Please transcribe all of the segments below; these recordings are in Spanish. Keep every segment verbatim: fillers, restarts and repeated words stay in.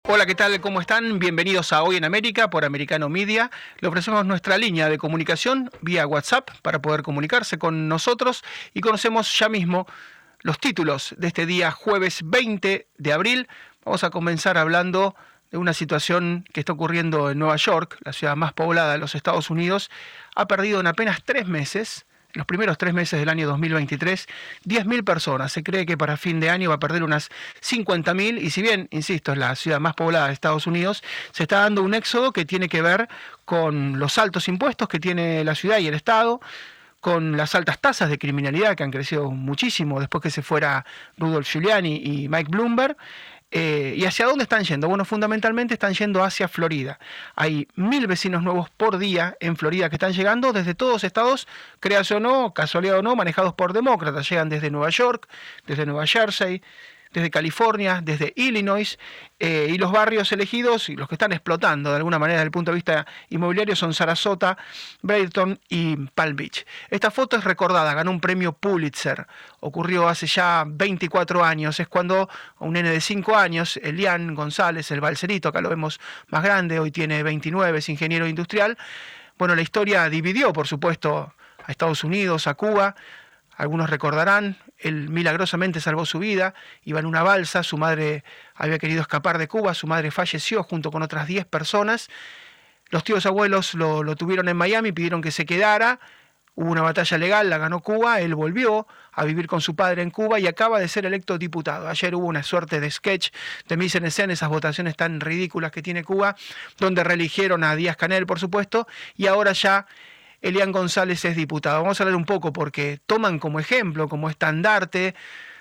Hola, ¿qué tal? ¿Cómo están? Bienvenidos a Hoy en América por Americano Media. Le ofrecemos nuestra línea de comunicación vía WhatsApp para poder comunicarse con nosotros y conocemos ya mismo los títulos de este día jueves veinte de abril. Vamos a comenzar hablando de una situación que está ocurriendo en Nueva York, la ciudad más poblada de los Estados Unidos. Ha perdido en apenas tres meses, en los primeros tres meses del año dos mil veintitrés, diez mil personas. Se cree que para fin de año va a perder unas cincuenta mil, y si bien, insisto, es la ciudad más poblada de Estados Unidos, se está dando un éxodo que tiene que ver con los altos impuestos que tiene la ciudad y el Estado, con las altas tasas de criminalidad que han crecido muchísimo después que se fuera Rudolph Giuliani y Mike Bloomberg. Eh, ¿Y hacia dónde están yendo? Bueno, fundamentalmente están yendo hacia Florida. Hay mil vecinos nuevos por día en Florida que están llegando desde todos estados, créase o no, casualidad o no, manejados por demócratas. Llegan desde Nueva York, desde Nueva Jersey, desde California, desde Illinois, eh, y los barrios elegidos y los que están explotando de alguna manera desde el punto de vista inmobiliario son Sarasota, Bradenton y Palm Beach. Esta foto es recordada, ganó un premio Pulitzer, ocurrió hace ya veinticuatro años, es cuando un nene de cinco años, Elian González, el balserito, acá lo vemos más grande, hoy tiene veintinueve, es ingeniero industrial. Bueno, la historia dividió, por supuesto, a Estados Unidos, a Cuba. Algunos recordarán, él milagrosamente salvó su vida, iba en una balsa, su madre había querido escapar de Cuba, su madre falleció junto con otras diez personas, los tíos abuelos lo, lo tuvieron en Miami, pidieron que se quedara, hubo una batalla legal, la ganó Cuba, él volvió a vivir con su padre en Cuba y acaba de ser electo diputado. Ayer hubo una suerte de sketch de mise en escena, esas votaciones tan ridículas que tiene Cuba, donde reeligieron a Díaz-Canel, por supuesto, y ahora ya Elian González es diputado. Vamos a hablar un poco porque toman como ejemplo, como estandarte,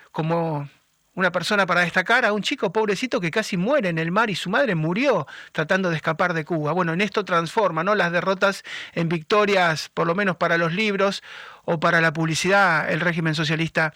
como una persona para destacar a un chico pobrecito que casi muere en el mar y su madre murió tratando de escapar de Cuba. Bueno, en esto transforma, ¿no?, las derrotas en victorias, por lo menos para los libros o para la publicidad, el régimen socialista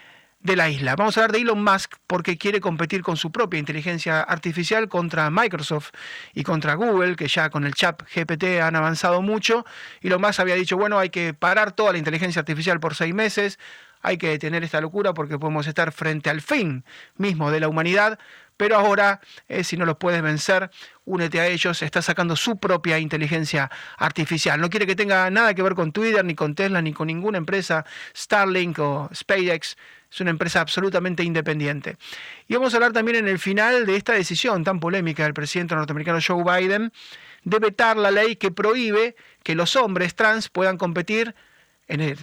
de la isla. Vamos a hablar de Elon Musk porque quiere competir con su propia inteligencia artificial contra Microsoft y contra Google, que ya con el chat G P T han avanzado mucho. Elon Musk había dicho, bueno, hay que parar toda la inteligencia artificial por seis meses, hay que detener esta locura porque podemos estar frente al fin mismo de la humanidad, pero ahora, eh, si no los puedes vencer, únete a ellos, está sacando su propia inteligencia artificial. No quiere que tenga nada que ver con Twitter, ni con Tesla, ni con ninguna empresa, Starlink o SpaceX. Es una empresa absolutamente independiente. Y vamos a hablar también en el final de esta decisión tan polémica del presidente norteamericano Joe Biden de vetar la ley que prohíbe que los hombres trans puedan competir en el,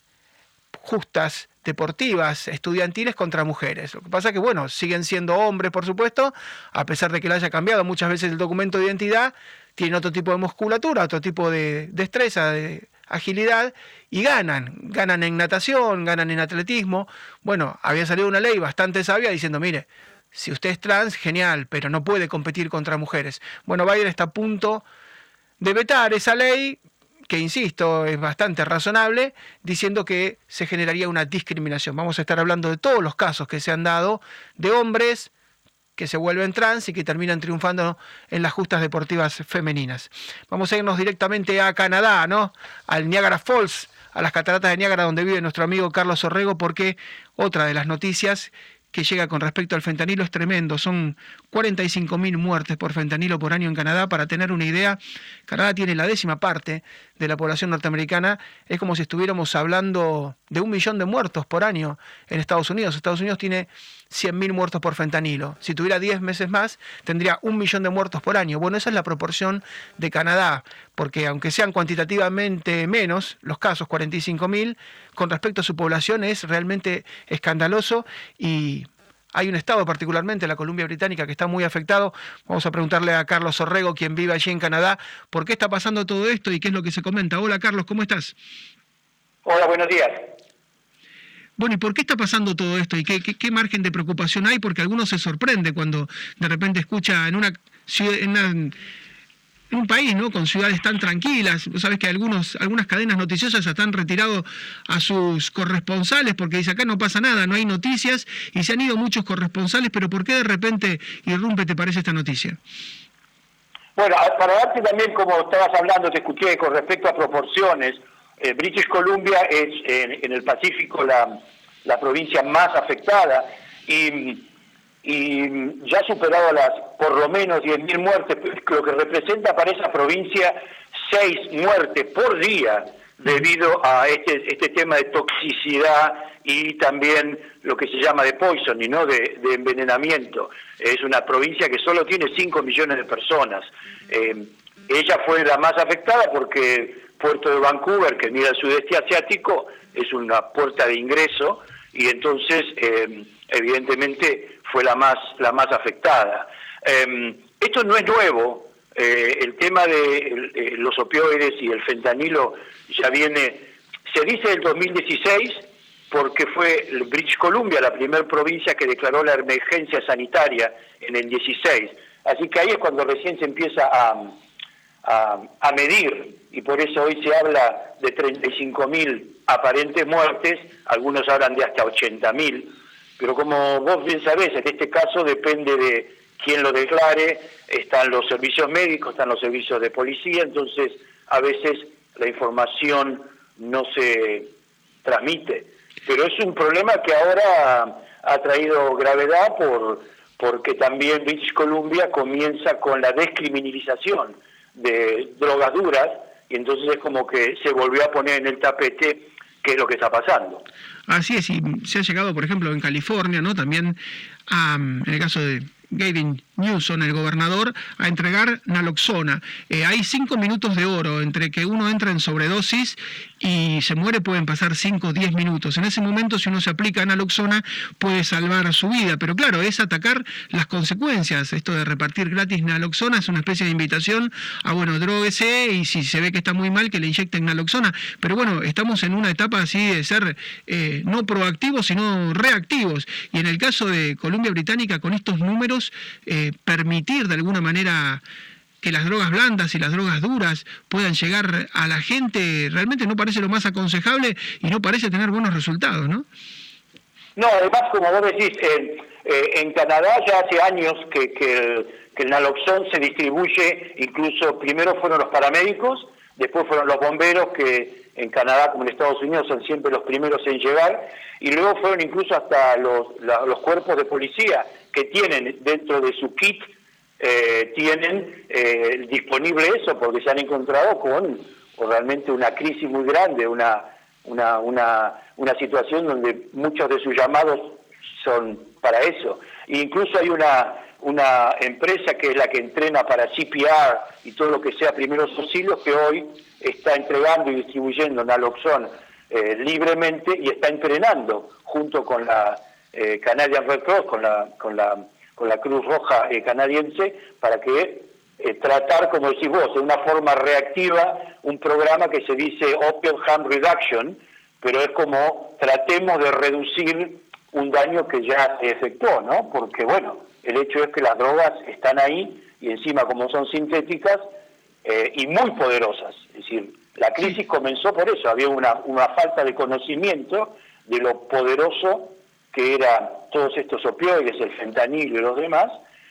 justas deportivas estudiantiles contra mujeres. Lo que pasa es que, bueno, siguen siendo hombres, por supuesto, a pesar de que le haya cambiado muchas veces el documento de identidad, tienen otro tipo de musculatura, otro tipo de destreza, de agilidad, y ganan, ganan en natación, ganan en atletismo. Bueno, había salido una ley bastante sabia diciendo, mire, si usted es trans, genial, pero no puede competir contra mujeres. Bueno, Biden está a punto de vetar esa ley, que insisto, es bastante razonable, diciendo que se generaría una discriminación. Vamos a estar hablando de todos los casos que se han dado de hombres que se vuelven trans y que terminan triunfando en las justas deportivas femeninas. Vamos a irnos directamente a Canadá, ¿no?, al Niagara Falls, a las cataratas de Niágara, donde vive nuestro amigo Carlos Orrego, porque otra de las noticias que llega con respecto al fentanilo es tremendo. Son cuarenta y cinco mil muertes por fentanilo por año en Canadá. Para tener una idea, Canadá tiene la décima parte de la población norteamericana. Es como si estuviéramos hablando de un millón de muertos por año en Estados Unidos. Estados Unidos tiene cien mil muertos por fentanilo. Si tuviera diez meses más, tendría un millón de muertos por año. Bueno, esa es la proporción de Canadá, porque aunque sean cuantitativamente menos los casos, cuarenta y cinco mil, con respecto a su población es realmente escandaloso, y hay un estado particularmente, la Columbia Británica, que está muy afectado. Vamos a preguntarle a Carlos Orrego, quien vive allí en Canadá, por qué está pasando todo esto y qué es lo que se comenta. Hola Carlos, ¿cómo estás? Hola, buenos días. Bueno, ¿y por qué está pasando todo esto? ¿Y qué, qué, qué margen de preocupación hay? Porque algunos se sorprende cuando de repente escucha en una ciudad, en, una, en un país, ¿no?, con ciudades tan tranquilas. Vos sabés que algunos, algunas cadenas noticiosas hasta han retirado a sus corresponsales porque dice, acá no pasa nada, no hay noticias, y se han ido muchos corresponsales, pero ¿por qué de repente irrumpe, te parece, esta noticia? Bueno, para darte también, como estabas hablando, te escuché con respecto a proporciones. Eh, British Columbia es en, en el Pacífico la, la provincia más afectada, y y ya ha superado las por lo menos diez mil muertes, lo que representa para esa provincia seis muertes por día debido a este este tema de toxicidad y también lo que se llama de poisoning, ¿no? de, de envenenamiento. Es una provincia que solo tiene cinco millones de personas. Eh, ella fue la más afectada porque Puerto de Vancouver, que mira el sudeste asiático, es una puerta de ingreso y entonces eh, evidentemente fue la más la más afectada. Eh, esto no es nuevo. Eh, el tema de eh, los opioides y el fentanilo ya viene, se dice del dos mil dieciséis, porque fue British Columbia la primera provincia que declaró la emergencia sanitaria en el dieciséis. Así que ahí es cuando recién se empieza a, a, a medir, y por eso hoy se habla de treinta y cinco mil aparentes muertes, algunos hablan de hasta ochenta mil, pero como vos bien sabés, en este caso depende de quién lo declare, están los servicios médicos, están los servicios de policía, entonces a veces la información no se transmite. Pero es un problema que ahora ha traído gravedad por porque también British Columbia comienza con la descriminalización de drogas duras, y entonces es como que se volvió a poner en el tapete qué es lo que está pasando. Así es, y se ha llegado, por ejemplo, en California, ¿no? También a, en el caso de Gavin Newsom, el gobernador, a entregar naloxona. Eh, hay cinco minutos de oro entre que uno entra en sobredosis y se muere, pueden pasar cinco o diez minutos. En ese momento, si uno se aplica naloxona, puede salvar su vida. Pero claro, es atacar las consecuencias. Esto de repartir gratis naloxona es una especie de invitación a, bueno, dróguese y si se ve que está muy mal, que le inyecten naloxona. Pero bueno, estamos en una etapa así de ser eh, no proactivos, sino reactivos. Y en el caso de Columbia Británica, con estos números, eh, permitir de alguna manera que las drogas blandas y las drogas duras puedan llegar a la gente, realmente no parece lo más aconsejable y no parece tener buenos resultados, ¿no? No, además, como vos decís, eh, eh, en Canadá ya hace años que, que, el, que el naloxón se distribuye, incluso primero fueron los paramédicos, después fueron los bomberos, que en Canadá como en Estados Unidos son siempre los primeros en llegar, y luego fueron incluso hasta los, la, los cuerpos de policía que tienen dentro de su kit, eh, tienen eh, disponible eso, porque se han encontrado con o realmente una crisis muy grande, una, una, una, una situación donde muchos de sus llamados son para eso. E incluso hay una, una empresa que es la que entrena para C P R y todo lo que sea primeros auxilios, que hoy está entregando y distribuyendo naloxón eh, libremente y está entrenando junto con la eh, Canadian Red Cross, con la, con la, con la Cruz Roja eh, canadiense, para que eh, tratar, como decís vos, de una forma reactiva, un programa que se dice Opioid Harm Reduction, pero es como tratemos de reducir un daño que ya se efectuó, ¿no? Porque, bueno, el hecho es que las drogas están ahí y encima, como son sintéticas eh, y muy poderosas, es decir, la crisis comenzó por eso, había una, una falta de conocimiento de lo poderoso que eran todos estos opioides, el fentanilo y los demás,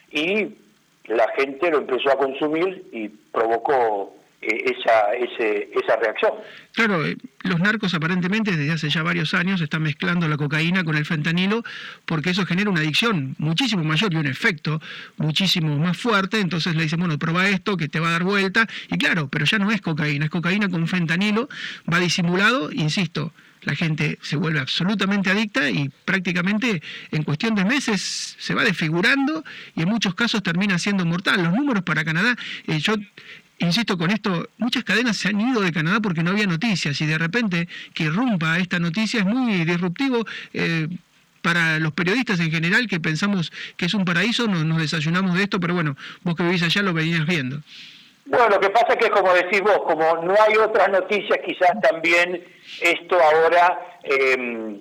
y la gente lo empezó a consumir y provocó eh, esa, ese, esa reacción. Claro, eh, los narcos aparentemente desde hace ya varios años están mezclando la cocaína con el fentanilo porque eso genera una adicción muchísimo mayor y un efecto muchísimo más fuerte. Entonces le dicen, bueno, prueba esto que te va a dar vuelta. Y claro, pero ya no es cocaína, es cocaína con fentanilo, va disimulado, insisto. La gente se vuelve absolutamente adicta y prácticamente en cuestión de meses se va desfigurando y en muchos casos termina siendo mortal. Los números para Canadá, eh, yo insisto con esto, muchas cadenas se han ido de Canadá porque no había noticias y de repente que irrumpa esta noticia es muy disruptivo. Eh, para los periodistas en general que pensamos que es un paraíso, nos, nos desayunamos de esto, pero bueno, vos que vivís allá lo venías viendo. Bueno, lo que pasa es que, como decís vos, como no hay otras noticias, quizás también esto ahora eh,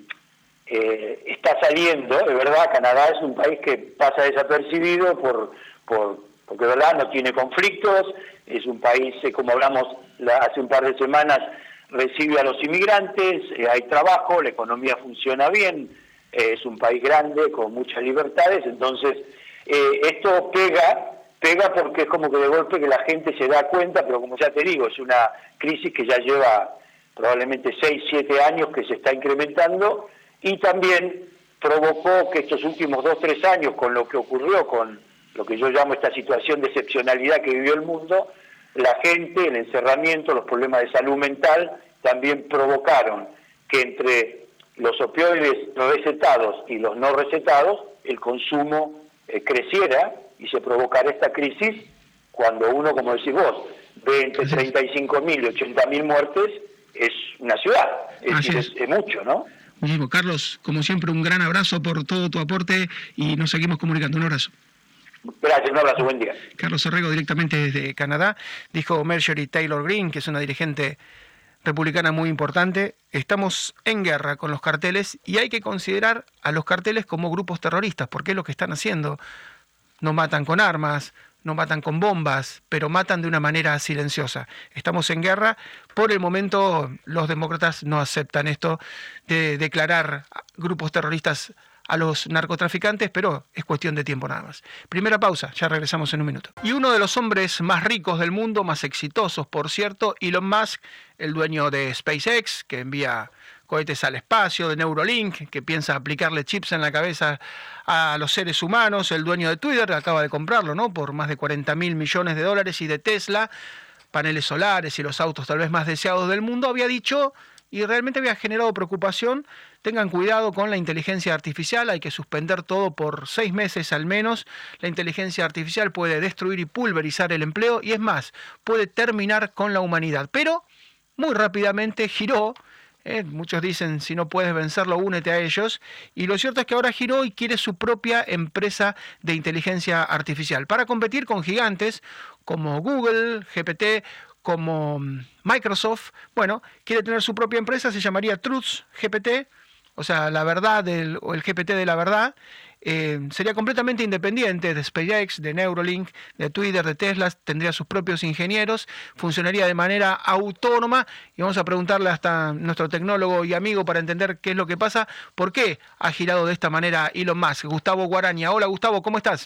eh, está saliendo, de verdad. Canadá es un país que pasa desapercibido por, por porque de verdad no tiene conflictos, es un país, eh, como hablamos la, hace un par de semanas, recibe a los inmigrantes, eh, hay trabajo, la economía funciona bien, eh, es un país grande con muchas libertades, entonces eh, esto pega... Pega porque es como que de golpe que la gente se da cuenta, pero como ya te digo, es una crisis que ya lleva probablemente seis, siete años que se está incrementando, y también provocó que estos últimos dos, tres años, con lo que ocurrió, con lo que yo llamo esta situación de excepcionalidad que vivió el mundo, la gente, el encerramiento, los problemas de salud mental, también provocaron que entre los opioides recetados y los no recetados, el consumo eh, creciera y se provocara esta crisis cuando uno, como decís vos, ve entre treinta y cinco mil y ochenta mil muertes, es una ciudad, es, decir, es. es mucho, ¿no? Muchísimo. Carlos, como siempre, un gran abrazo por todo tu aporte y nos seguimos comunicando. Un abrazo. Gracias, un abrazo, buen día. Carlos Orrego, directamente desde Canadá, dijo Marjorie Taylor Greene, que es una dirigente republicana muy importante. Estamos en guerra con los carteles y hay que considerar a los carteles como grupos terroristas, porque es lo que están haciendo. No matan con armas, no matan con bombas, pero matan de una manera silenciosa. Estamos en guerra. Por el momento, los demócratas no aceptan esto de declarar grupos terroristas a los narcotraficantes, pero es cuestión de tiempo nada más. Primera pausa, ya regresamos en un minuto. Y uno de los hombres más ricos del mundo, más exitosos, por cierto, Elon Musk, el dueño de SpaceX, que envía cohetes al espacio, de Neuralink, que piensa aplicarle chips en la cabeza a los seres humanos, el dueño de Twitter, acaba de comprarlo, ¿no?, por más de cuarenta mil millones de dólares, y de Tesla, paneles solares y los autos tal vez más deseados del mundo, había dicho, y realmente había generado preocupación: tengan cuidado con la inteligencia artificial, hay que suspender todo por seis meses al menos. La inteligencia artificial puede destruir y pulverizar el empleo, y es más, puede terminar con la humanidad. Pero muy rápidamente giró. Eh, muchos dicen, si no puedes vencerlo, únete a ellos. Y lo cierto es que ahora giró y quiere su propia empresa de inteligencia artificial para competir con gigantes como Google, G P T, como Microsoft. Bueno, quiere tener su propia empresa, se llamaría Truth G P T, o sea, la verdad del, o el G P T de la verdad. Eh, sería completamente independiente de SpaceX, de Neuralink, de Twitter, de Tesla, tendría sus propios ingenieros, funcionaría de manera autónoma, y vamos a preguntarle hasta a nuestro tecnólogo y amigo para entender qué es lo que pasa, por qué ha girado de esta manera Elon Musk. Gustavo Guaraña. Hola Gustavo, ¿cómo estás?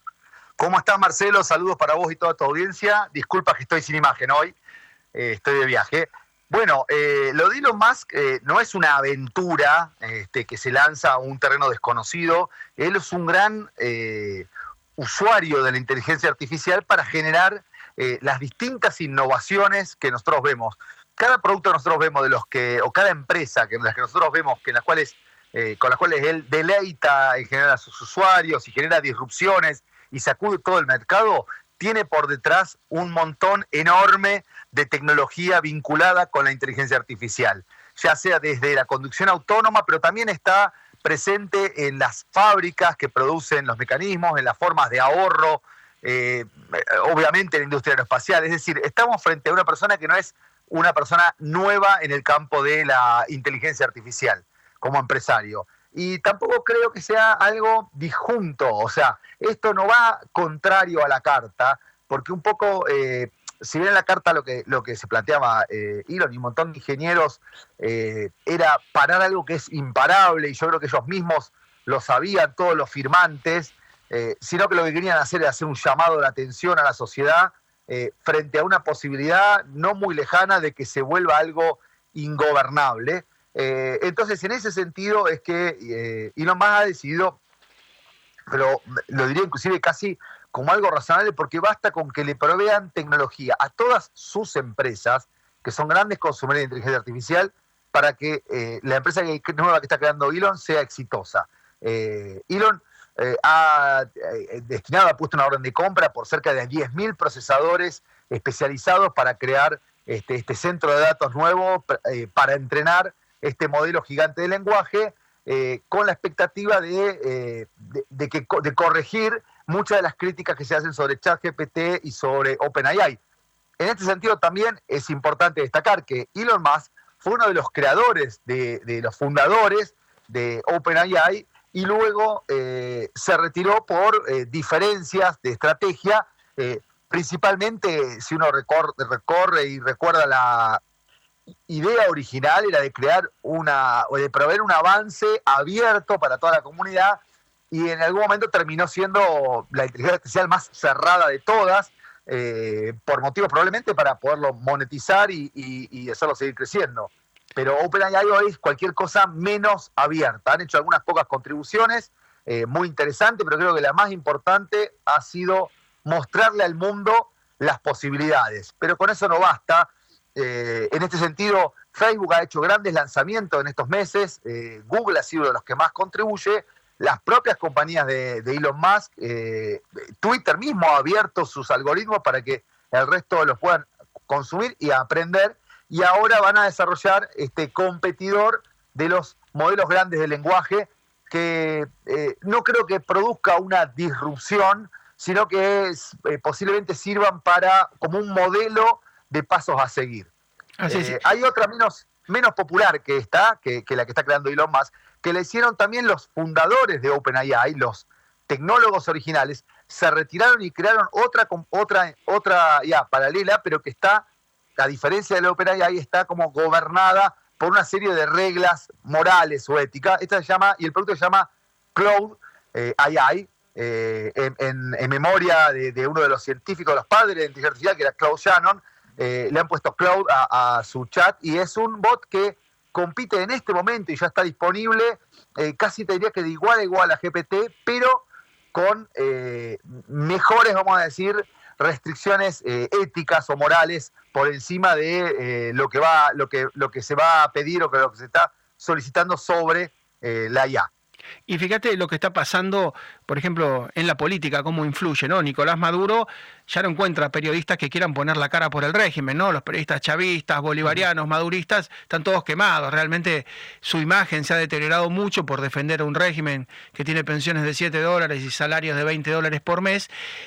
¿Cómo estás, Marcelo? Saludos para vos y toda tu audiencia. Disculpa que estoy sin imagen hoy, eh, estoy de viaje. Bueno, eh, lo de Elon Musk eh, no es una aventura este, que se lanza a un terreno desconocido. Él es un gran eh, usuario de la inteligencia artificial para generar eh, las distintas innovaciones que nosotros vemos. Cada producto que nosotros vemos de los que, o cada empresa que las que nosotros vemos, que en las cuales, eh, con las cuales él deleita en generar a sus usuarios y genera disrupciones y sacude todo el mercado, tiene por detrás un montón enorme de tecnología vinculada con la inteligencia artificial, ya sea desde la conducción autónoma, pero también está presente en las fábricas que producen los mecanismos, en las formas de ahorro, eh, obviamente en la industria aeroespacial. Es decir, estamos frente a una persona que no es una persona nueva en el campo de la inteligencia artificial como empresario. Y tampoco creo que sea algo disjunto, o sea, esto no va contrario a la carta, porque un poco, eh, si bien en la carta lo que, lo que se planteaba eh, Elon y un montón de ingenieros eh, era parar algo que es imparable, y yo creo que ellos mismos lo sabían, todos los firmantes, eh, sino que lo que querían hacer era hacer un llamado de atención a la sociedad eh, frente a una posibilidad no muy lejana de que se vuelva algo ingobernable. Eh, entonces, en ese sentido es que eh, Elon Musk ha decidido, pero lo diría inclusive casi como algo razonable, porque basta con que le provean tecnología a todas sus empresas, que son grandes consumidores de inteligencia artificial, para que eh, la empresa que, nueva que está creando Elon sea exitosa. Eh, Elon eh, ha eh, destinado, ha puesto una orden de compra por cerca de diez mil procesadores especializados para crear este, este centro de datos nuevo eh, para entrenar este modelo gigante de lenguaje, eh, con la expectativa de, eh, de, de, que, de corregir muchas de las críticas que se hacen sobre ChatGPT y sobre OpenAI. En este sentido también es importante destacar que Elon Musk fue uno de los creadores, de, de los fundadores de OpenAI, y luego eh, se retiró por eh, diferencias de estrategia, eh, principalmente si uno recorre, recorre y recuerda la idea original, era de crear una, o de proveer un avance abierto para toda la comunidad, y en algún momento terminó siendo la inteligencia artificial más cerrada de todas, eh, por motivos probablemente para poderlo monetizar y, y, y hacerlo seguir creciendo. pero OpenAI hoy es cualquier cosa menos abierta. Han hecho algunas pocas contribuciones, eh, muy interesantes, pero creo que la más importante ha sido mostrarle al mundo las posibilidades. Pero con eso no basta. Eh, en este sentido, Facebook ha hecho grandes lanzamientos en estos meses, eh, Google ha sido de los que más contribuye, las propias compañías de, de Elon Musk, eh, Twitter mismo ha abierto sus algoritmos para que el resto los puedan consumir y aprender, y ahora van a desarrollar este competidor de los modelos grandes de lenguaje que eh, no creo que produzca una disrupción, sino que es, eh, posiblemente sirvan para como un modelo de pasos a seguir. Así eh, es. Hay otra menos, menos popular que esta, que, que la que está creando Elon Musk, que le hicieron también los fundadores de OpenAI, los tecnólogos originales, se retiraron y crearon otra, otra, otra ya paralela, pero que está, a diferencia de la OpenAI, está como gobernada por una serie de reglas morales o éticas. Esta se llama, y el producto se llama Cloud eh, A I, eh, en, en, en memoria de, de uno de los científicos, los padres de inteligencia artificial, que era Claude Shannon. Eh, le han puesto Cloud a, a su chat, y es un bot que compite en este momento y ya está disponible, eh, casi te diría que de igual a igual a G P T, pero con eh, mejores, vamos a decir, restricciones eh, éticas o morales por encima de eh, lo que va, lo que, lo que se va a pedir o que lo que se está solicitando sobre eh, la I A. Y fíjate lo que está pasando, por ejemplo, en la política, cómo influye, ¿no? Nicolás Maduro ya no encuentra periodistas que quieran poner la cara por el régimen, ¿no? Los periodistas chavistas, bolivarianos, maduristas, están todos quemados. Realmente su imagen se ha deteriorado mucho por defender a un régimen que tiene pensiones de siete dólares y salarios de veinte dólares por mes.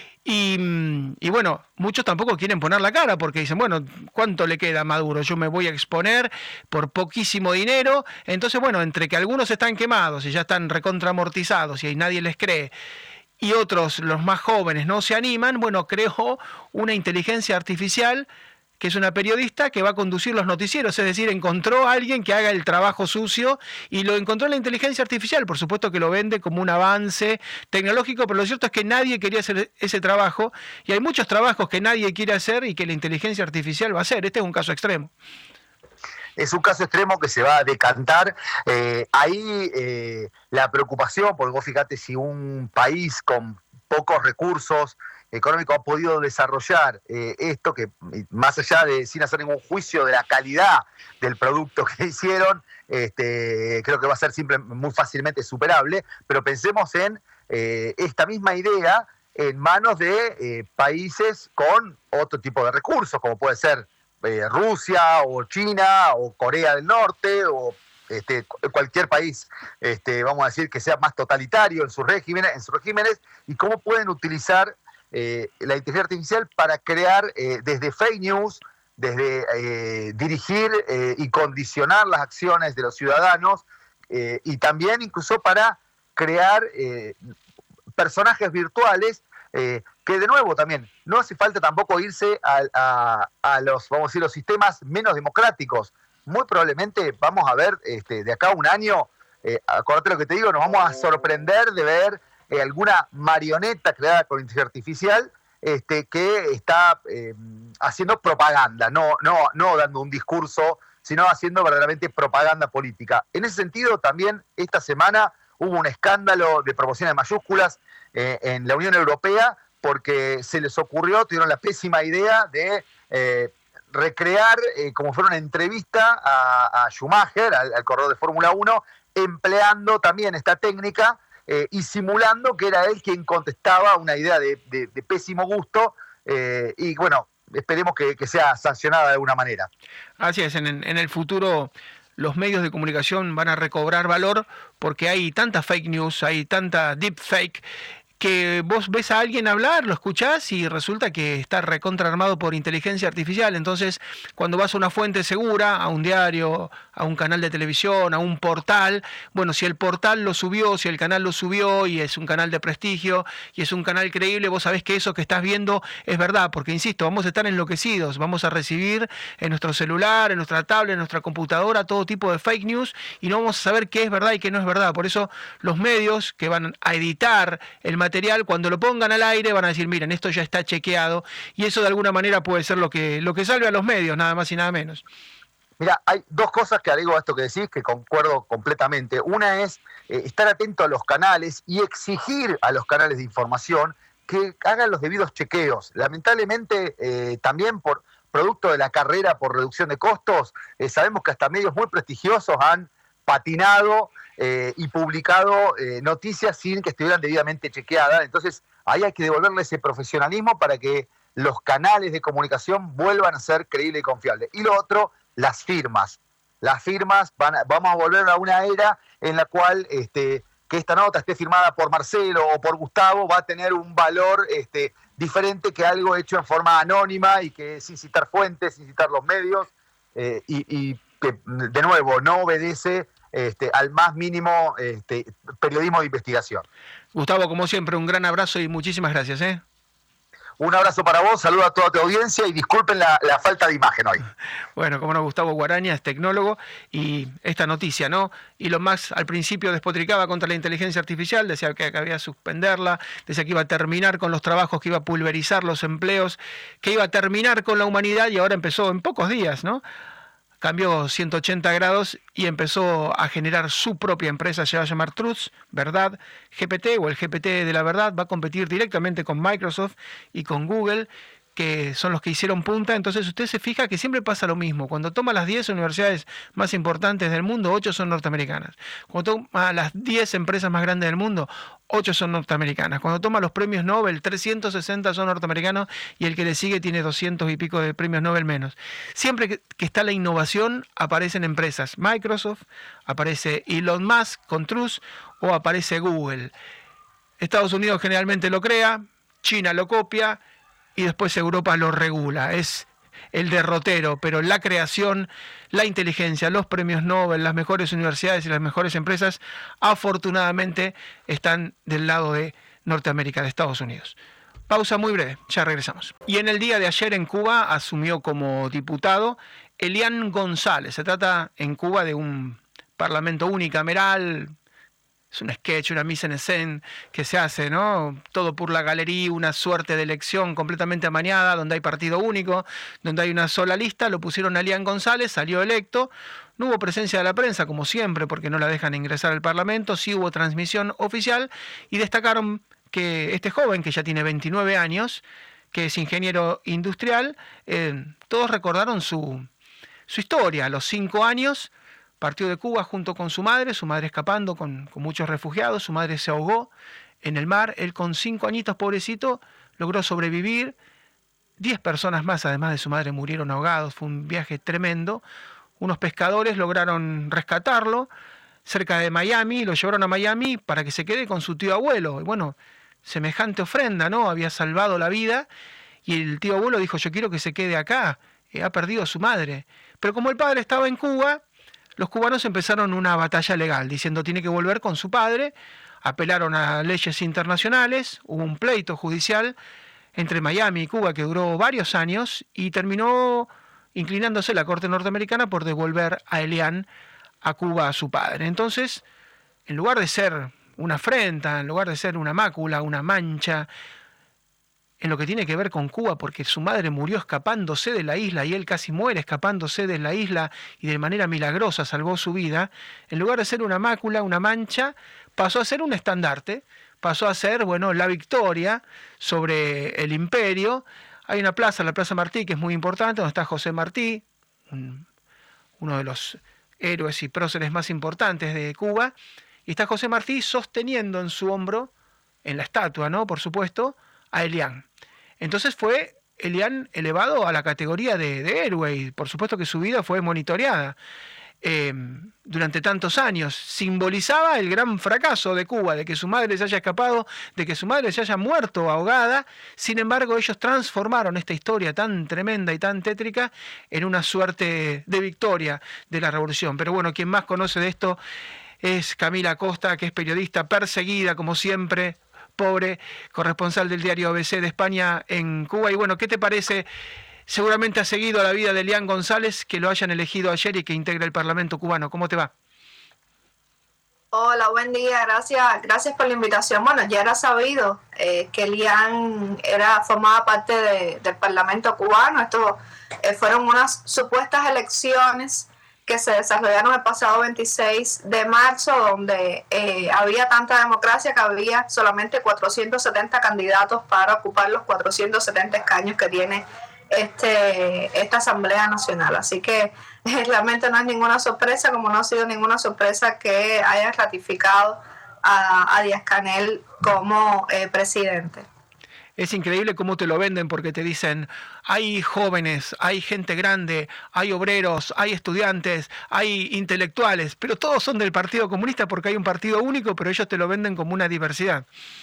Y, y bueno, muchos tampoco quieren poner la cara porque dicen, bueno, ¿cuánto le queda a Maduro? Yo me voy a exponer por poquísimo dinero. Entonces, bueno, entre que algunos están quemados y ya están recontraamortizados y nadie les cree, y otros, los más jóvenes, no se animan, bueno, creó una inteligencia artificial que es una periodista que va a conducir los noticieros, es decir, encontró a alguien que haga el trabajo sucio y lo encontró en la inteligencia artificial. Por supuesto que lo vende como un avance tecnológico, pero lo cierto es que nadie quería hacer ese trabajo y hay muchos trabajos que nadie quiere hacer y que la inteligencia artificial va a hacer. Este es un caso extremo. Es un caso extremo que se va a decantar. Eh, ahí eh, la preocupación, porque vos fíjate, si un país con pocos recursos económico ha podido desarrollar eh, esto, que más allá de, sin hacer ningún juicio de la calidad del producto que hicieron, este, creo que va a ser simple, muy fácilmente superable, pero pensemos en eh, esta misma idea en manos de eh, países con otro tipo de recursos, como puede ser eh, Rusia o China o Corea del Norte o Este, cualquier país, este, vamos a decir, que sea más totalitario en sus regímenes, en sus regímenes, y cómo pueden utilizar eh, la inteligencia artificial para crear eh, desde fake news, desde eh, dirigir eh, y condicionar las acciones de los ciudadanos, eh, y también incluso para crear eh, personajes virtuales eh, que, de nuevo, también no hace falta tampoco irse a, a, a los, vamos a decir, los sistemas menos democráticos. Muy probablemente vamos a ver este, de acá a un año, eh, acordate lo que te digo, nos vamos a sorprender de ver eh, alguna marioneta creada con inteligencia artificial este, que está eh, haciendo propaganda, no, no, no dando un discurso, sino haciendo verdaderamente propaganda política. En ese sentido, también esta semana hubo un escándalo de promoción de mayúsculas eh, en la Unión Europea porque se les ocurrió, tuvieron la pésima idea de Eh, recrear eh, como fuera una entrevista a, a Schumacher, al, al corredor de Fórmula uno, empleando también esta técnica eh, y simulando que era él quien contestaba una idea de, de, de pésimo gusto eh, y bueno, esperemos que, que sea sancionada de alguna manera. Así es, en, en el futuro los medios de comunicación van a recobrar valor porque hay tanta fake news, hay tanta deep fake, que vos ves a alguien hablar, lo escuchás y resulta que está recontraarmado por inteligencia artificial. Entonces, cuando vas a una fuente segura, a un diario, a un canal de televisión, a un portal, bueno, si el portal lo subió, si el canal lo subió y es un canal de prestigio y es un canal creíble, vos sabés que eso que estás viendo es verdad, porque insisto, vamos a estar enloquecidos, vamos a recibir en nuestro celular, en nuestra tablet, en nuestra computadora, todo tipo de fake news y no vamos a saber qué es verdad y qué no es verdad. Por eso los medios que van a editar el material, cuando lo pongan al aire van a decir, miren, esto ya está chequeado, y eso de alguna manera puede ser lo que, lo que salve a los medios, nada más y nada menos. Mira, hay dos cosas que agrego a esto que decís, que concuerdo completamente. Una es eh, estar atento a los canales y exigir a los canales de información que hagan los debidos chequeos. Lamentablemente, eh, también por producto de la carrera por reducción de costos, eh, sabemos que hasta medios muy prestigiosos han patinado eh, y publicado eh, noticias sin que estuvieran debidamente chequeadas. Entonces, ahí hay que devolverle ese profesionalismo para que los canales de comunicación vuelvan a ser creíbles y confiables. Y lo otro, las firmas. Las firmas, van a, vamos a volver a una era en la cual este, que esta nota esté firmada por Marcelo o por Gustavo va a tener un valor este, diferente que algo hecho en forma anónima y que sin citar fuentes, sin citar los medios, eh, y, y que, de nuevo, no obedece este, al más mínimo este, periodismo de investigación. Gustavo, como siempre, un gran abrazo y muchísimas gracias, ¿eh? Un abrazo para vos, saludo a toda tu audiencia y disculpen la, la falta de imagen hoy. Bueno, como no, Gustavo Guaraña es tecnólogo y esta noticia, ¿no? Elon Musk al principio despotricaba contra la inteligencia artificial, decía que había que suspenderla, decía que iba a terminar con los trabajos, que iba a pulverizar los empleos, que iba a terminar con la humanidad y ahora empezó en pocos días, ¿no? Cambió ciento ochenta grados y empezó a generar su propia empresa, se va a llamar Truth, Verdad, G P T o el G P T de la verdad, va a competir directamente con Microsoft y con Google, que son los que hicieron punta. Entonces usted se fija que siempre pasa lo mismo. Cuando toma las diez universidades más importantes del mundo, ocho son norteamericanas. Cuando toma las diez empresas más grandes del mundo, ocho son norteamericanas. Cuando toma los premios Nobel, trescientos sesenta son norteamericanos y el que le sigue tiene doscientos y pico de premios Nobel menos. Siempre que, que está la innovación, aparecen empresas. Microsoft, aparece Elon Musk con Truth o aparece Google. Estados Unidos generalmente lo crea, China lo copia, y después Europa lo regula. Es el derrotero, pero la creación, la inteligencia, los premios Nobel, las mejores universidades y las mejores empresas, afortunadamente están del lado de Norteamérica, de Estados Unidos. Pausa muy breve, ya regresamos. Y en el día de ayer en Cuba asumió como diputado Elian González. Se trata en Cuba de un parlamento unicameral. Es un sketch, una mise en scène que se hace, ¿no? Todo por la galería, una suerte de elección completamente amañada, donde hay partido único, donde hay una sola lista. Lo pusieron a Elian González, salió electo. No hubo presencia de la prensa, como siempre, porque no la dejan ingresar al Parlamento. Sí hubo transmisión oficial y destacaron que este joven, que ya tiene veintinueve años, que es ingeniero industrial, eh, todos recordaron su, su historia. A los cinco años partió de Cuba junto con su madre, su madre escapando con, con muchos refugiados, su madre se ahogó en el mar, él con cinco añitos, pobrecito, logró sobrevivir. Diez personas más, además de su madre, murieron ahogados, fue un viaje tremendo. Unos pescadores lograron rescatarlo cerca de Miami, lo llevaron a Miami para que se quede con su tío abuelo. Y bueno, semejante ofrenda, ¿no? Había salvado la vida y el tío abuelo dijo, yo quiero que se quede acá, eh, ha perdido a su madre. Pero como el padre estaba en Cuba, los cubanos empezaron una batalla legal, diciendo tiene que volver con su padre, apelaron a leyes internacionales, hubo un pleito judicial entre Miami y Cuba que duró varios años y terminó inclinándose la Corte norteamericana por devolver a Elian a Cuba a su padre. Entonces, en lugar de ser una afrenta, en lugar de ser una mácula, una mancha, en lo que tiene que ver con Cuba, porque su madre murió escapándose de la isla y él casi muere escapándose de la isla y de manera milagrosa salvó su vida, en lugar de ser una mácula, una mancha, pasó a ser un estandarte, pasó a ser, bueno, la victoria sobre el imperio. Hay una plaza, la Plaza Martí, que es muy importante, donde está José Martí, un, uno de los héroes y próceres más importantes de Cuba, y está José Martí sosteniendo en su hombro, en la estatua, ¿no?, por supuesto, a Elian. Entonces fue Elian elevado a la categoría de, de héroe y por supuesto que su vida fue monitoreada eh, durante tantos años. Simbolizaba el gran fracaso de Cuba, de que su madre se haya escapado, de que su madre se haya muerto ahogada. Sin embargo, ellos transformaron esta historia tan tremenda y tan tétrica en una suerte de victoria de la revolución. Pero bueno, quien más conoce de esto es Camila Costa, que es periodista perseguida como siempre, pobre, corresponsal del diario A B C de España en Cuba. Y bueno, ¿qué te parece? Seguramente has seguido la vida de Elian González, que lo hayan elegido ayer y que integra el Parlamento cubano. ¿Cómo te va? Hola, buen día, gracias, gracias por la invitación. Bueno, ya era sabido eh, que Elian era, formaba parte de, del Parlamento cubano. Esto eh, fueron unas supuestas elecciones que se desarrollaron el pasado veintiséis de marzo, donde eh, había tanta democracia que había solamente cuatrocientos setenta candidatos para ocupar los cuatrocientos setenta escaños que tiene este, esta Asamblea Nacional. Así que eh, realmente no es ninguna sorpresa, como no ha sido ninguna sorpresa que haya ratificado a, a Díaz-Canel como eh, presidente. Es increíble cómo te lo venden porque te dicen, hay jóvenes, hay gente grande, hay obreros, hay estudiantes, hay intelectuales, pero todos son del Partido Comunista porque hay un partido único, pero ellos te lo venden como una diversidad.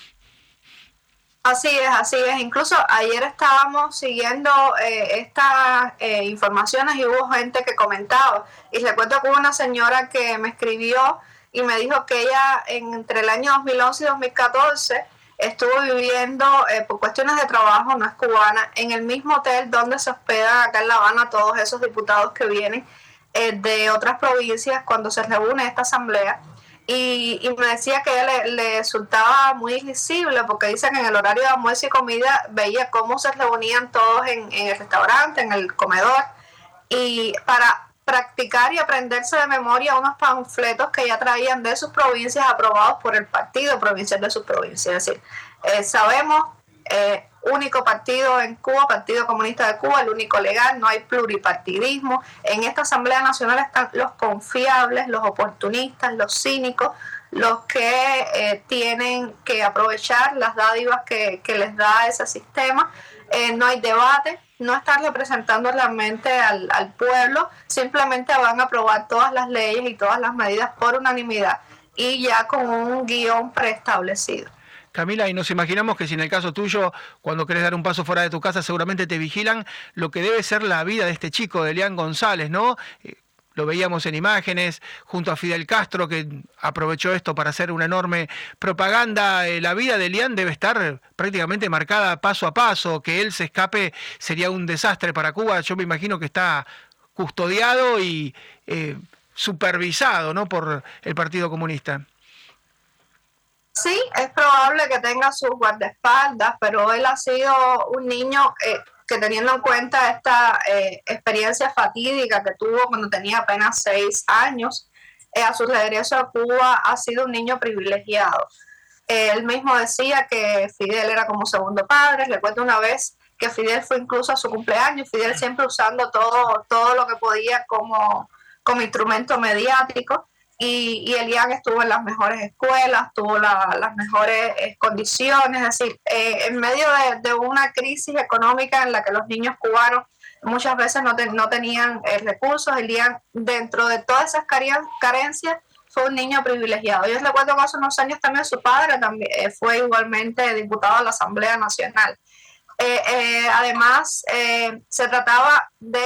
Así es, así es. Incluso ayer estábamos siguiendo eh, estas eh, informaciones y hubo gente que comentaba. Y recuerdo que hubo una señora que me escribió y me dijo que ella entre el año dos mil once y dos mil catorce estuvo viviendo eh, por cuestiones de trabajo, no es cubana, en el mismo hotel donde se hospedan acá en La Habana todos esos diputados que vienen eh, de otras provincias cuando se reúne esta asamblea. Y, y me decía que a ella le, le resultaba muy visible porque dice que en el horario de almuerzo y comida veía cómo se reunían todos en, en el restaurante, en el comedor, y para practicar y aprenderse de memoria unos panfletos que ya traían de sus provincias aprobados por el partido provincial de sus provincias. Es decir, eh, sabemos, eh, único partido en Cuba, Partido Comunista de Cuba, el único legal, no hay pluripartidismo. En esta Asamblea Nacional están los confiables, los oportunistas, los cínicos, los que eh, tienen que aprovechar las dádivas que, que les da ese sistema. Eh, no hay debate, no están representando realmente al, al pueblo, simplemente van a aprobar todas las leyes y todas las medidas por unanimidad y ya con un guión preestablecido. Camila, y nos imaginamos que si en el caso tuyo, cuando querés dar un paso fuera de tu casa, seguramente te vigilan lo que debe ser la vida de este chico, de Elian González, ¿no? Eh, lo veíamos en imágenes, junto a Fidel Castro, que aprovechó esto para hacer una enorme propaganda. Eh, la vida de Elian debe estar prácticamente marcada paso a paso, que él se escape sería un desastre para Cuba. Yo me imagino que está custodiado y eh, supervisado, ¿no?, por el Partido Comunista. Sí, es probable que tenga sus guardaespaldas, pero él ha sido un niño eh, que, teniendo en cuenta esta eh, experiencia fatídica que tuvo cuando tenía apenas seis años, eh, a su regreso a Cuba ha sido un niño privilegiado. Eh, él mismo decía que Fidel era como segundo padre. Recuerdo una vez que Fidel fue incluso a su cumpleaños, Fidel siempre usando todo, todo lo que podía como, como instrumento mediático. Y, y Elian estuvo en las mejores escuelas, tuvo la, las mejores eh, condiciones, es decir, eh, en medio de, de una crisis económica en la que los niños cubanos muchas veces no, te, no tenían eh, recursos, Elian, dentro de todas esas carencias, fue un niño privilegiado. Yo recuerdo que hace unos años también su padre también, eh, fue igualmente diputado de la Asamblea Nacional. Eh, eh, además, eh, se trataba de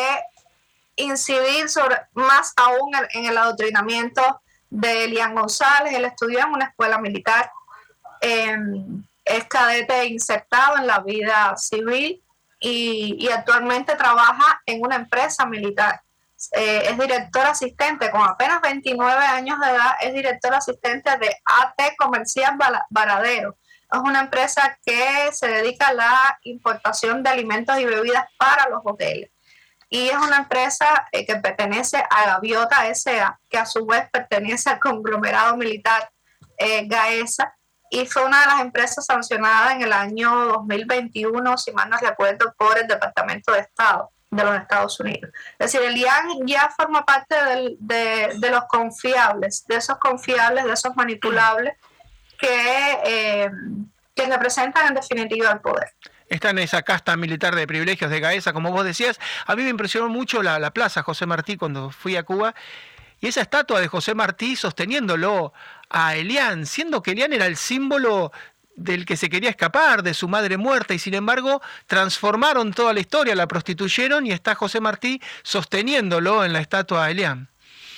incidir sobre, más aún en, en el adoctrinamiento de Elian González. Él estudió en una escuela militar, eh, es cadete insertado en la vida civil y, y actualmente trabaja en una empresa militar. Eh, es director asistente, con apenas veintinueve años de edad, es director asistente de A T Comercial Varadero. Es una empresa que se dedica a la importación de alimentos y bebidas para los hoteles. Y es una empresa eh, que pertenece a Gaviota S A, que a su vez pertenece al conglomerado militar eh, Gaesa, y fue una de las empresas sancionadas en el año dos mil veintiuno, si mal no recuerdo, por el Departamento de Estado de los Estados Unidos. Es decir, Elian ya forma parte del, de, de los confiables, de esos confiables, de esos manipulables que, eh, que representan en definitiva el poder. Está en esa casta militar de privilegios de Gaesa, como vos decías. A mí me impresionó mucho la, la plaza José Martí cuando fui a Cuba, y esa estatua de José Martí sosteniéndolo a Elian, siendo que Elian era el símbolo del que se quería escapar, de su madre muerta, y sin embargo transformaron toda la historia, la prostituyeron, y está José Martí sosteniéndolo en la estatua a Elian.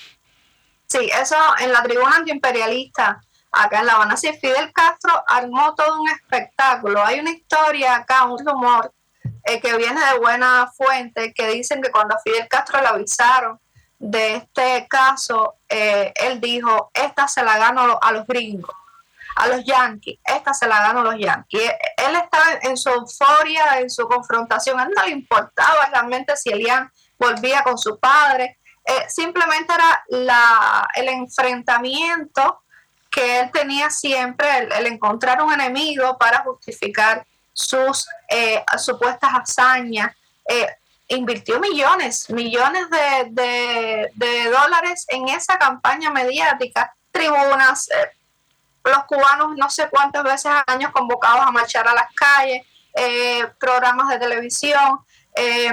Sí, eso en la tribuna antiimperialista acá en La Habana. Sí, Fidel Castro armó todo un espectáculo. Hay una historia acá, un rumor eh, que viene de buena fuente, que dicen que cuando a Fidel Castro le avisaron de este caso, eh, él dijo, esta se la gano a los gringos, a los yankees, esta se la gano a los yankees. Él estaba en su euforia, en su confrontación, a él no le importaba realmente si Elian volvía con su padre, eh, simplemente era la, el enfrentamiento que él tenía siempre, el, el encontrar un enemigo para justificar sus eh, supuestas hazañas. Eh, invirtió millones, millones de, de, de dólares en esa campaña mediática, tribunas, eh, los cubanos no sé cuántas veces al año convocados a marchar a las calles, eh, programas de televisión, eh,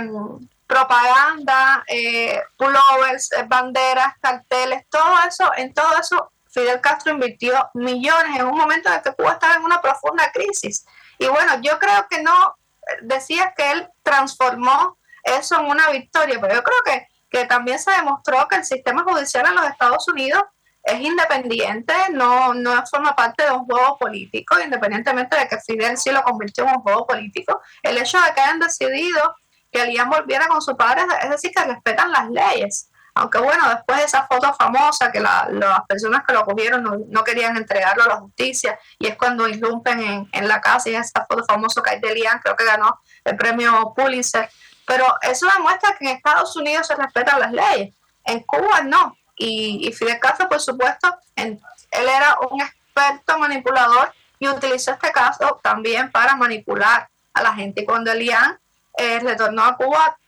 propaganda, eh, pullovers, eh, banderas, carteles, todo eso, en todo eso Fidel Castro invirtió millones en un momento en el que Cuba estaba en una profunda crisis. Y bueno, yo creo que no, decía que él transformó eso en una victoria, pero yo creo que, que también se demostró que el sistema judicial en los Estados Unidos es independiente, no, no forma parte de un juego político, independientemente de que Fidel sí lo convirtió en un juego político. El hecho de que hayan decidido que Elian volviera con su padre, es decir, que respetan las leyes. Aunque bueno, después de esa foto famosa que la, las personas que lo cogieron no, no querían entregarlo a la justicia, y es cuando irrumpen en, en la casa, y en esa foto famosa que hay de Elian, creo que ganó el premio Pulitzer. Pero eso demuestra que en Estados Unidos se respetan las leyes, en Cuba no. Y, y Fidel Castro, por supuesto, en, él era un experto manipulador y utilizó este caso también para manipular a la gente. Y cuando Elian eh, retornó a Cuba,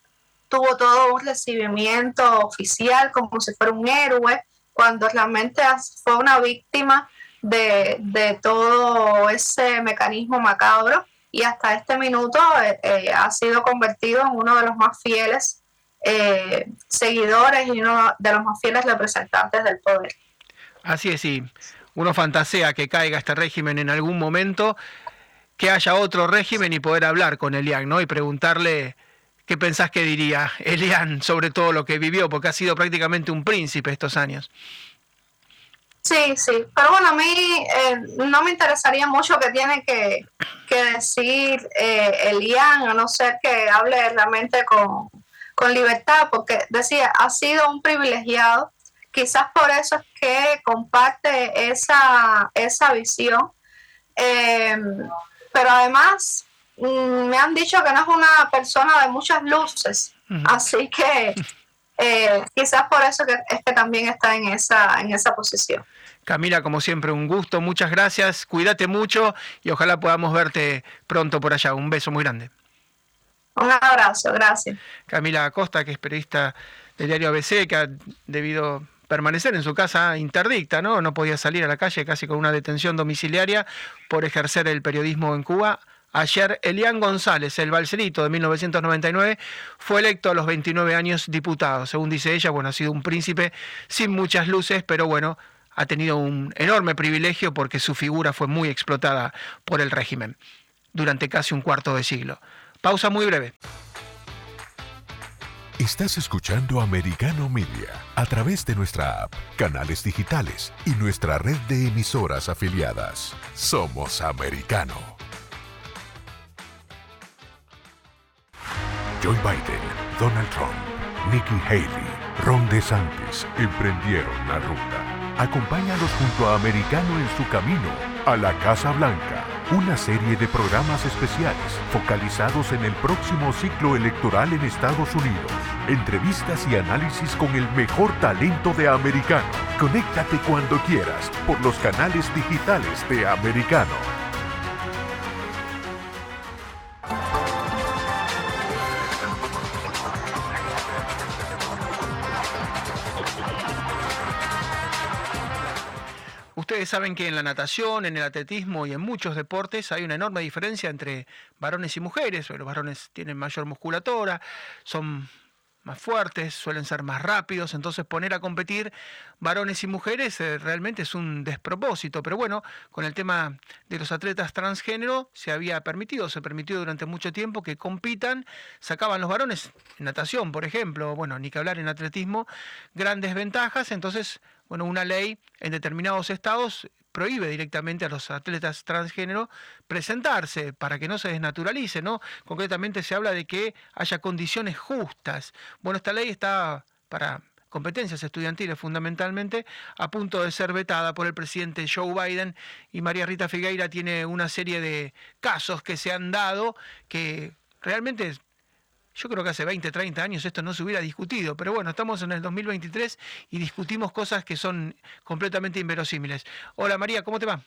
tuvo todo un recibimiento oficial como si fuera un héroe, cuando realmente fue una víctima de, de todo ese mecanismo macabro, y hasta este minuto eh, eh, ha sido convertido en uno de los más fieles eh, seguidores y uno de los más fieles representantes del poder. Así es, sí. Uno fantasea que caiga este régimen en algún momento, que haya otro régimen y poder hablar con Elian, ¿no? Y preguntarle qué pensás que diría Elian sobre todo lo que vivió, porque ha sido prácticamente un príncipe estos años. Sí, sí, pero bueno, a mí eh, no me interesaría mucho que tiene que, que decir eh, Elian, a no ser que hable realmente con, con libertad, porque decía, ha sido un privilegiado, quizás por eso es que comparte esa, esa visión, eh, pero además mm, me han dicho que no es una persona de muchas luces, uh-huh. Así que eh, quizás por eso que, es que también está en esa, en esa posición. Camila, como siempre, un gusto, muchas gracias, cuídate mucho y ojalá podamos verte pronto por allá. Un beso muy grande. Un abrazo, gracias. Camila Acosta, que es periodista del diario A B C, que ha debido permanecer en su casa interdicta, ¿no? No podía salir a la calle, casi con una detención domiciliaria por ejercer el periodismo en Cuba. Ayer, Elian González, el balserito de mil novecientos noventa y nueve, fue electo a los veintinueve años diputado. Según dice ella, bueno, ha sido un príncipe sin muchas luces, pero bueno, ha tenido un enorme privilegio porque su figura fue muy explotada por el régimen durante casi un cuarto de siglo. Pausa muy breve. Estás escuchando Americano Media a través de nuestra app, canales digitales y nuestra red de emisoras afiliadas. Somos Americano. Joe Biden, Donald Trump, Nikki Haley, Ron DeSantis emprendieron la ruta. Acompáñalos junto a Americano en su camino a la Casa Blanca, una serie de programas especiales focalizados en el próximo ciclo electoral en Estados Unidos. Entrevistas y análisis con el mejor talento de Americano. Conéctate cuando quieras por los canales digitales de Americano. Ustedes saben que en la natación, en el atletismo y en muchos deportes hay una enorme diferencia entre varones y mujeres. Los varones tienen mayor musculatura, son más fuertes, suelen ser más rápidos, entonces poner a competir varones y mujeres eh, realmente es un despropósito. Pero bueno, con el tema de los atletas transgénero se había permitido, se permitió durante mucho tiempo que compitan, sacaban los varones en natación, por ejemplo, bueno, ni que hablar en atletismo, grandes ventajas, entonces, bueno, una ley en determinados estados prohíbe directamente a los atletas transgénero presentarse para que no se desnaturalice, ¿no? Concretamente se habla de que haya condiciones justas. Bueno, esta ley está para competencias estudiantiles fundamentalmente, a punto de ser vetada por el presidente Joe Biden, y María Rita Figueira tiene una serie de casos que se han dado que realmente, yo creo que hace veinte, treinta años esto no se hubiera discutido, pero bueno, estamos en el dos mil veintitrés y discutimos cosas que son completamente inverosímiles. Hola María, ¿cómo te va?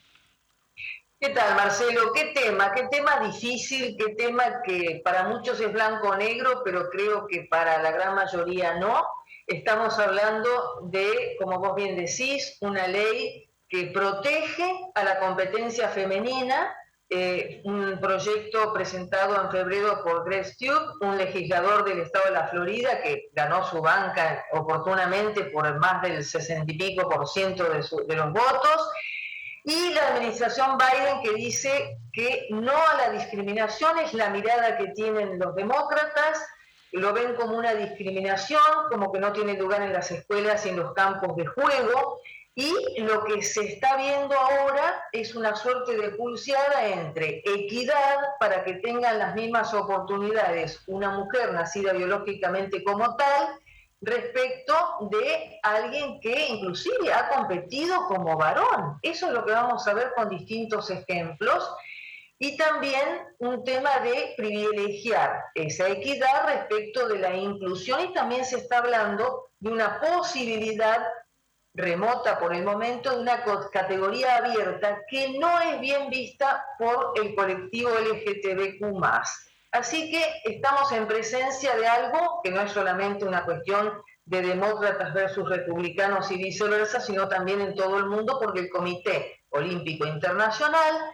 ¿Qué tal, Marcelo? ¿Qué tema? ¿Qué tema difícil? ¿Qué tema que para muchos es blanco o negro, pero creo que para la gran mayoría no? Estamos hablando de, como vos bien decís, una ley que protege a la competencia femenina, eh, un proyecto presentado en febrero por Greg Steube, un legislador del estado de la Florida que ganó su banca oportunamente por más del sesenta y pico por ciento de, su, de los votos, y la administración Biden que dice que no a la discriminación, es la mirada que tienen los demócratas, lo ven como una discriminación, como que no tiene lugar en las escuelas y en los campos de juego, y lo que se está viendo ahora es una suerte de pulseada entre equidad para que tengan las mismas oportunidades una mujer nacida biológicamente como tal, respecto de alguien que inclusive ha competido como varón. Eso es lo que vamos a ver con distintos ejemplos. Y también un tema de privilegiar esa equidad respecto de la inclusión, y también se está hablando de una posibilidad remota por el momento de una categoría abierta que no es bien vista por el colectivo L G T B Q más. Así que estamos en presencia de algo que no es solamente una cuestión de demócratas versus republicanos y viceversa, sino también en todo el mundo, porque el Comité Olímpico Internacional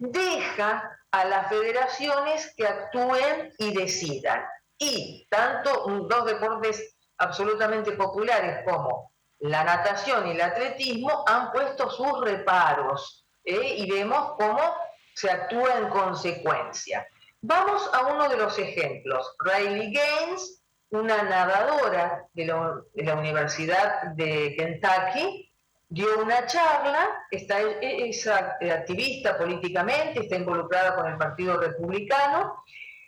deja a las federaciones que actúen y decidan. Y tanto dos deportes absolutamente populares como la natación y el atletismo han puesto sus reparos, ¿eh? Y vemos cómo se actúa en consecuencia. Vamos a uno de los ejemplos. Riley Gaines, una nadadora de la, de la Universidad de Kentucky, dio una charla, está, es activista políticamente, está involucrada con el Partido Republicano,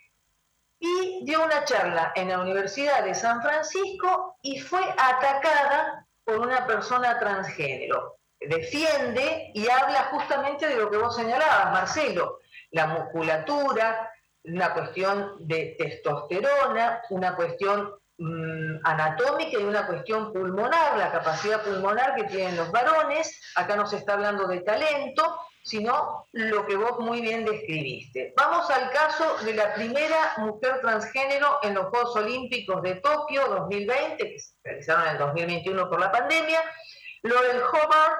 y dio una charla en la Universidad de San Francisco y fue atacada por una persona transgénero. Defiende y habla justamente de lo que vos señalabas, Marcelo, la musculatura, una cuestión de testosterona, una cuestión mmm, anatómica y una cuestión pulmonar, la capacidad pulmonar que tienen los varones. Acá no se está hablando de talento, sino lo que vos muy bien describiste. Vamos al caso de la primera mujer transgénero en los Juegos Olímpicos de Tokio dos mil veinte, que se realizaron en el dos mil veintiuno por la pandemia. Laurel Hobart,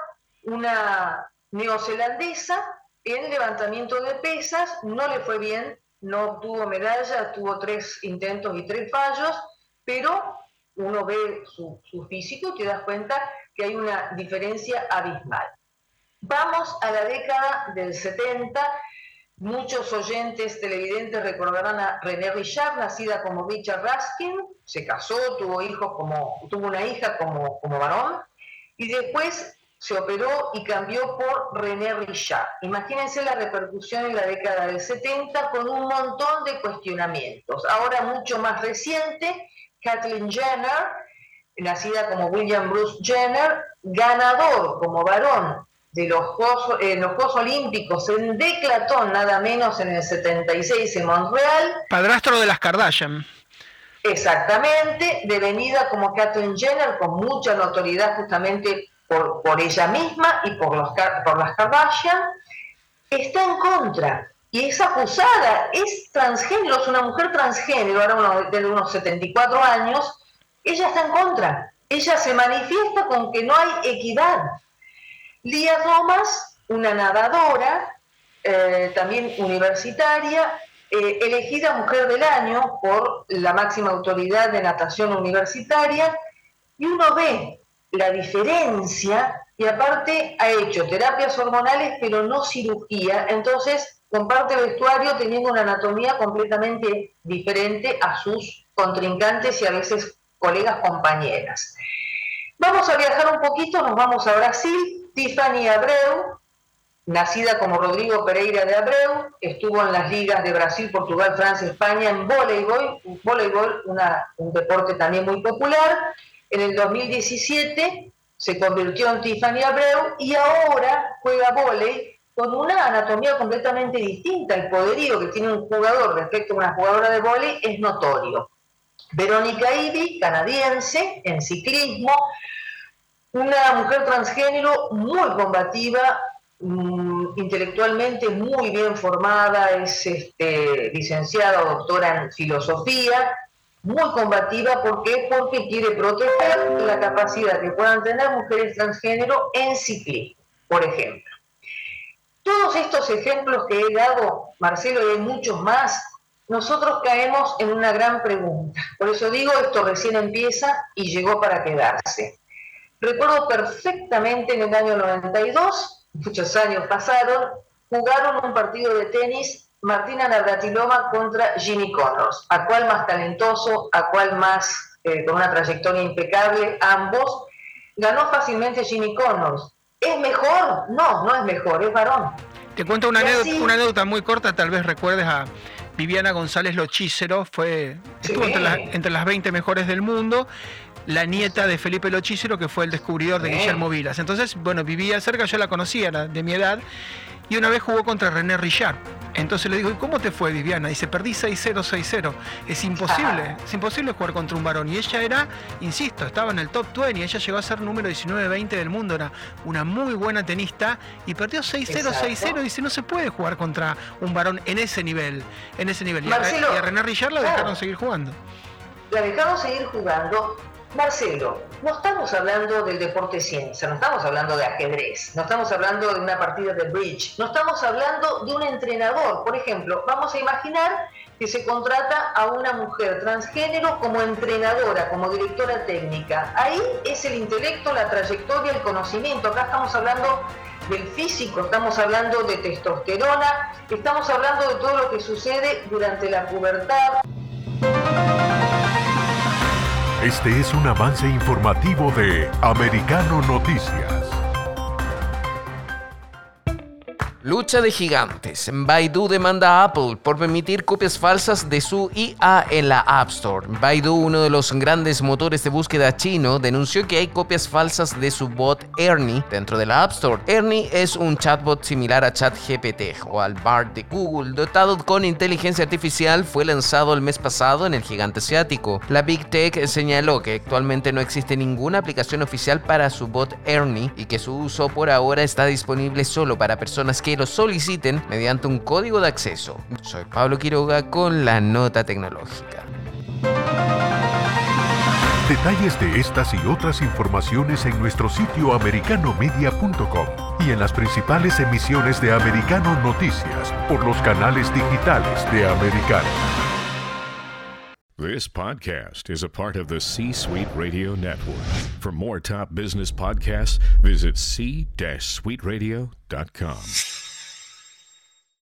una neozelandesa, en levantamiento de pesas, no le fue bien, no obtuvo medalla, tuvo tres intentos y tres fallos, pero uno ve su, su físico y te das cuenta que hay una diferencia abismal. Vamos a la década del setenta, muchos oyentes televidentes recordarán a René Richard, nacida como Richard Raskin, se casó, tuvo hijos como, tuvo una hija como, como varón, y después se operó y cambió por René Richard. Imagínense la repercusión en la década del setenta con un montón de cuestionamientos. Ahora mucho más reciente, Caitlyn Jenner, nacida como William Bruce Jenner, ganador como varón de los Juegos, eh, los Juegos Olímpicos en declatón, nada menos en el setenta y seis en Montreal. Padrastro de las Kardashian. Exactamente, devenida como Caitlyn Jenner, con mucha notoriedad justamente Por, por ella misma y por, los, por las Kardashian, está en contra y es acusada, es transgénero, es una mujer transgénero, ahora uno, de unos setenta y cuatro años, ella está en contra, ella se manifiesta con que no hay equidad. Lia Thomas, una nadadora, eh, también universitaria, eh, elegida Mujer del Año por la máxima autoridad de natación universitaria, y uno ve la diferencia, y aparte ha hecho terapias hormonales pero no cirugía, entonces comparte vestuario teniendo una anatomía completamente diferente a sus contrincantes y a veces colegas, compañeras. Vamos a viajar un poquito, nos vamos a Brasil. Tiffany Abreu, nacida como Rodrigo Pereira de Abreu, estuvo en las ligas de Brasil, Portugal, Francia, España en voleibol, voleibol una, un deporte también muy popular. En el dos mil diecisiete se convirtió en Tiffany Abreu y ahora juega vóley con una anatomía completamente distinta. El poderío que tiene un jugador respecto a una jugadora de vóley es notorio. Verónica Ivy, canadiense, en ciclismo, una mujer transgénero muy combativa, mmm, intelectualmente muy bien formada, es este, licenciada o doctora en filosofía, muy combativa. ¿Por qué? Porque quiere proteger la capacidad que puedan tener mujeres transgénero en ciclismo, por ejemplo. Todos estos ejemplos que he dado, Marcelo, y hay muchos más, nosotros caemos en una gran pregunta. Por eso digo, esto recién empieza y llegó para quedarse. Recuerdo perfectamente en el año noventa y dos, muchos años pasaron, jugaron un partido de tenis Martina Navratilova contra Ginny Connors. ¿A cuál más talentoso? ¿A cuál más eh, con una trayectoria impecable? Ambos. Ganó fácilmente Ginny Connors. ¿Es mejor? No, no es mejor, es varón. Te cuento una, anécdota, así... una anécdota muy corta, tal vez recuerdes a Viviana González Lochícero, fue, sí. estuvo entre, la, entre las veinte mejores del mundo, la nieta de Felipe Lochícero, que fue el descubridor de sí. Guillermo Vilas. Entonces, bueno, vivía cerca, yo la conocía, era de mi edad, y una vez jugó contra René Richard. Entonces le digo, ¿y cómo te fue, Viviana? Dice, perdí seis cero, seis cero. Es imposible, Ajá. es imposible jugar contra un varón. Y ella era, insisto, estaba en el top veinte, ella llegó a ser número diecinueve veinte del mundo, era una muy buena tenista, y perdió seis cero, seis cero. Dice, no se puede jugar contra un varón en ese nivel, en ese nivel. Marcelo, y, a, y a René Richard la claro, dejaron seguir jugando. La dejaron seguir jugando. Marcelo, no estamos hablando del deporte ciencia, no estamos hablando de ajedrez, no estamos hablando de una partida de bridge, no estamos hablando de un entrenador. Por ejemplo, vamos a imaginar que se contrata a una mujer transgénero como entrenadora, como directora técnica. Ahí es el intelecto, la trayectoria, el conocimiento. Acá estamos hablando del físico, estamos hablando de testosterona, estamos hablando de todo lo que sucede durante la pubertad. Este es un avance informativo de Americano Noticias. Lucha de gigantes. Baidu demanda a Apple por permitir copias falsas de su I A en la App Store. Baidu, uno de los grandes motores de búsqueda chino, denunció que hay copias falsas de su bot Ernie dentro de la App Store. Ernie es un chatbot similar a ChatGPT o al Bard de Google, dotado con inteligencia artificial. Fue lanzado el mes pasado en el gigante asiático. La Big Tech señaló que actualmente no existe ninguna aplicación oficial para su bot Ernie y que su uso por ahora está disponible solo para personas que lo soliciten mediante un código de acceso. Soy Pablo Quiroga con la nota tecnológica. Detalles de estas y otras informaciones en nuestro sitio americano media punto com y en las principales emisiones de Americano Noticias por los canales digitales de Americano. This podcast is a part of the C-Suite Radio Network. For more top business podcasts, visit c suite radio dot com.